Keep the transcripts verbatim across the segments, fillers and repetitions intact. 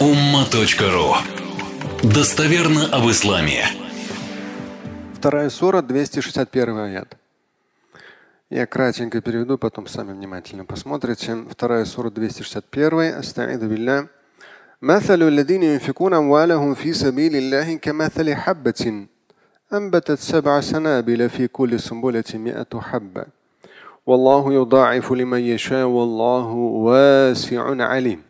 умма.ру. Достоверно об исламе. Вторая сура, двести шестьдесят первый аят. Я кратенько переведу, потом сами внимательно посмотрите. Вторая сура, двести шестьдесят один. Астаиду билля. مثل الذين ينفقون أموالهم في سبيل الله كمثل حبة أنبتت سبع سنابل في كل سنبلة مئة حبة والله يضاعف لمن يشاء والله واسع عليم.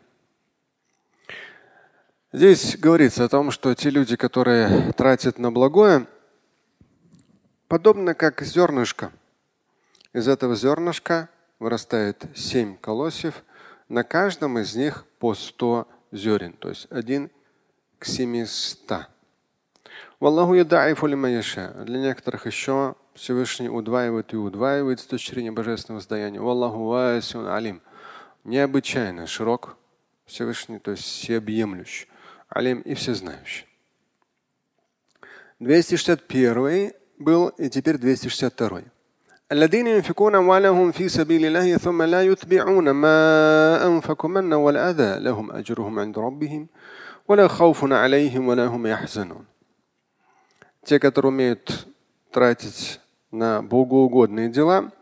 Здесь говорится о том, что те люди, которые тратят на благое, подобно как зернышко. Из этого зернышка вырастает семь колосьев, на каждом из них по сто зерен, то есть один к семиста. Валлаху юдаифу лиман яша. Для некоторых еще Всевышний удваивает и удваивает с точки зрения божественного воздаяния. Валлаху васиун алим. Необычайно широк Всевышний, то есть всеобъемлющий. Алим и всезнающий. двести шестьдесят первый был, и теперь двести шестьдесят второй. الذين ينفقون أموالهم في سبيل الله ثم لا يتبعون ما أنفقوا منا ولا أذى لهم أجرهم عند ربهم ولا خوف عليهم ولا هم يحزنون. Те, которые умеют тратить на богоугодные дела,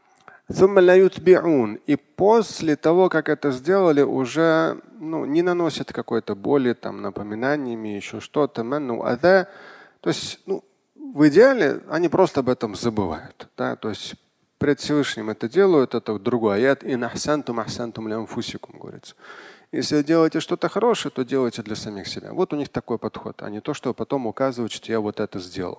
и после того, как это сделали, уже ну, не наносят какой-то боли, там, напоминаниями, еще что-то. То есть, ну, в идеале они просто об этом забывают. Да? То есть пред Всевышним это делают, это другой аят. Говорится. Если делаете что-то хорошее, то делайте для самих себя. Вот у них такой подход, а не то, что потом указывают, что я вот это сделал.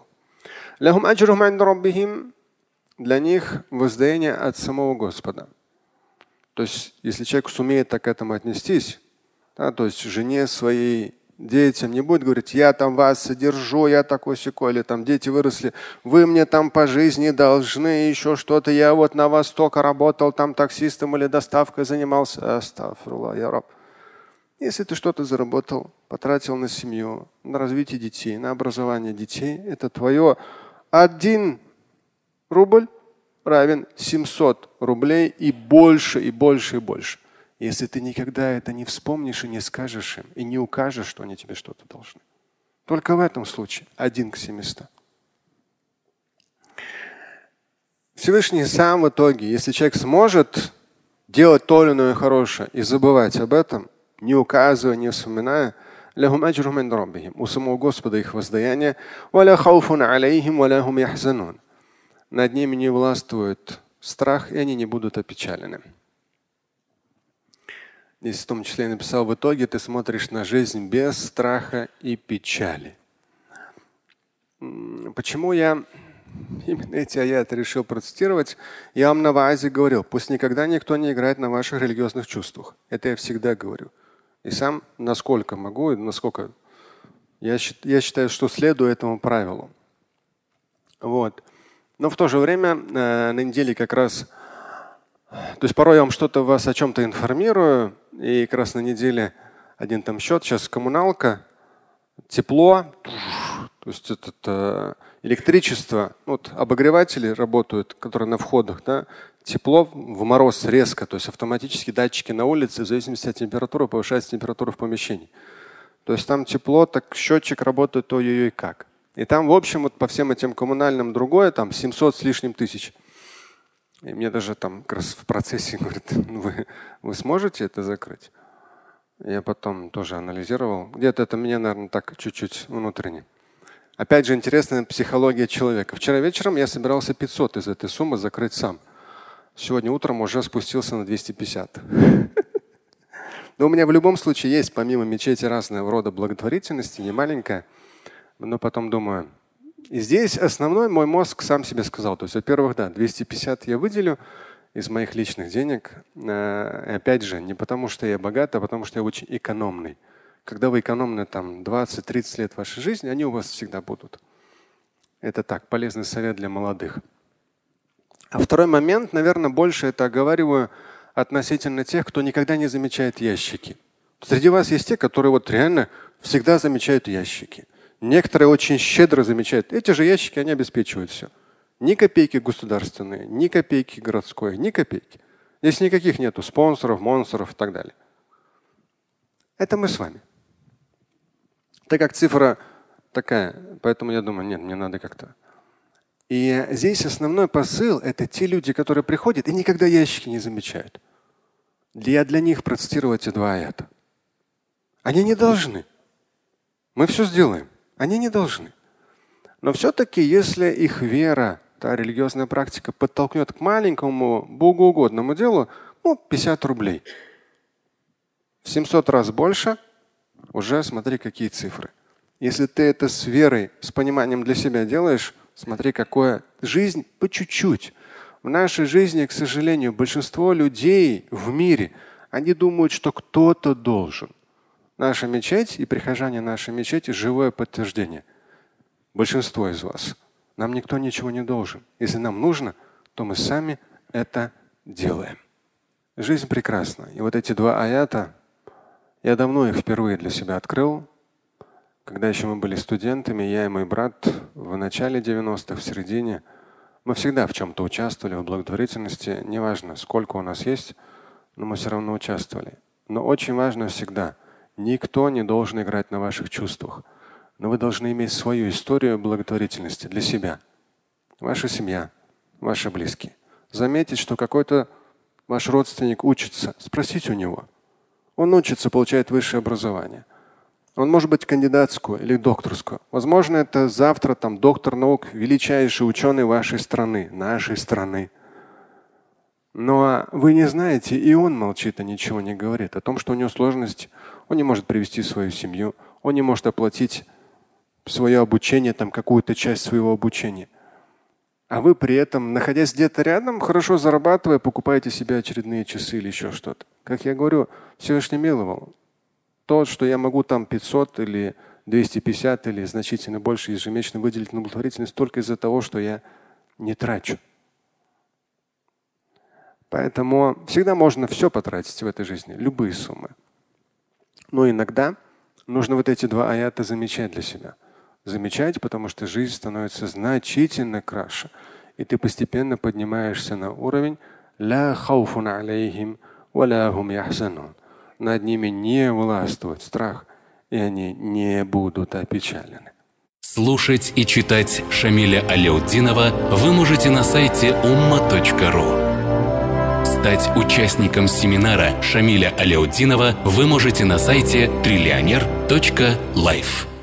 Для них воздаяние от самого Господа. То есть, если человек сумеет так к этому отнестись, да, то есть жене своей, детям не будет говорить, я там вас содержу, я такой-сякой, или там дети выросли, вы мне там по жизни должны еще что-то, я вот на вас столько работал, там таксистом или доставкой занимался. Астафируллах, я раб. Если ты что-то заработал, потратил на семью, на развитие детей, на образование детей, это твое. Один рубль равен семьсот рублей и больше, и больше, и больше. Если ты никогда это не вспомнишь и не скажешь им, и не укажешь, что они тебе что-то должны. Только в этом случае один к семисту. Всевышний сам в итоге, если человек сможет делать то или иное хорошее и забывать об этом, не указывая, не вспоминая, у самого Господа их воздаяние, над ними не властвует страх, и они не будут опечалены. Здесь в том числе я написал, в итоге ты смотришь на жизнь без страха и печали. Почему я именно эти аяты решил процитировать? Я вам на ваазе говорил, пусть никогда никто не играет на ваших религиозных чувствах. Это я всегда говорю. И сам насколько могу, насколько я, я считаю, что следую этому правилу. Вот. Но в то же время э, на неделе как раз, то есть порой я вам что-то вас о чем-то информирую, и как раз на неделе один там счет, сейчас коммуналка, тепло, то есть это, это электричество, вот обогреватели работают, которые на входах, да, тепло в мороз резко, то есть автоматически датчики на улице, в зависимости от температуры, повышается температура в помещении. То есть там тепло, так счетчик работает ой-ой-ой как. И там, в общем, вот по всем этим коммунальным другое, там семьсот с лишним тысяч. И мне даже там как раз в процессе говорят, вы, вы сможете это закрыть? Я потом тоже анализировал. Где-то это мне, наверное, так чуть-чуть внутренне. Опять же, интересная психология человека. Вчера вечером я собирался пятьсот из этой суммы закрыть сам. Сегодня утром уже спустился на двести пятьдесят. Но у меня в любом случае есть, помимо мечети, разного рода благотворительности, не маленькая. Но потом думаю, и здесь основной мой мозг сам себе сказал. То есть, во-первых, да, двести пятьдесят я выделю из моих личных денег. И опять же, не потому что я богат, а потому что я очень экономный. Когда вы экономны там двадцать-тридцать лет вашей жизни, они у вас всегда будут. Это так, полезный совет для молодых. А второй момент, наверное, больше это оговариваю относительно тех, кто никогда не замечает ящики. Среди вас есть те, которые вот реально всегда замечают ящики. Некоторые очень щедро замечают. Эти же ящики, они обеспечивают все. Ни копейки государственные, ни копейки городской, ни копейки. Здесь никаких нету спонсоров, монстров и так далее. Это мы с вами. Так как цифра такая, поэтому я думаю, нет, мне надо как-то. И здесь основной посыл – это те люди, которые приходят и никогда ящики не замечают. Я для них процитировал эти два аята. Они не должны. Мы все сделаем. Они не должны. Но все-таки, если их вера, та религиозная практика подтолкнет к маленькому богоугодному делу, ну, пятьдесят рублей. В семьсот раз больше, уже смотри, какие цифры. Если ты это с верой, с пониманием для себя делаешь, смотри, какая жизнь по чуть-чуть. В нашей жизни, к сожалению, большинство людей в мире, они думают, что кто-то должен. Наша мечеть и прихожане нашей мечети – живое подтверждение. Большинство из вас. Нам никто ничего не должен. Если нам нужно, то мы сами это делаем. Жизнь прекрасна. И вот эти два аята, я давно их впервые для себя открыл. Когда еще мы были студентами, я и мой брат в начале девяностых, в середине, мы всегда в чем-то участвовали, в благотворительности. Неважно, сколько у нас есть, но мы все равно участвовали. Но очень важно всегда, никто не должен играть на ваших чувствах. Но вы должны иметь свою историю благотворительности для себя. Ваша семья, ваши близкие. Заметить, что какой-то ваш родственник учится, спросите у него. Он учится, получает высшее образование. Он может быть кандидатскую или докторскую. Возможно, это завтра там доктор наук, величайший ученый вашей страны, нашей страны. Но вы не знаете, и он молчит и ничего не говорит о том, что у него сложности. Он не может привести свою семью, он не может оплатить свое обучение, там какую-то часть своего обучения. А вы при этом, находясь где-то рядом, хорошо зарабатывая, покупаете себе очередные часы или еще что-то. Как я говорю, Всевышний миловал. То, что я могу там пятьсот или двести пятьдесят или значительно больше ежемесячно выделить на благотворительность только из-за того, что я не трачу. Поэтому всегда можно все потратить в этой жизни, любые суммы. Но иногда нужно вот эти два аята замечать для себя. Замечать, потому что жизнь становится значительно краше. И ты постепенно поднимаешься на уровень ля хауфун алейхим ва ля хум яхзанун. Над ними не властвует страх, и они не будут опечалены. Слушать и читать Шамиля Аляутдинова вы можете на сайте умма точка ру. Стать участником семинара Шамиля Аляутдинова вы можете на сайте триллионер точка лайф.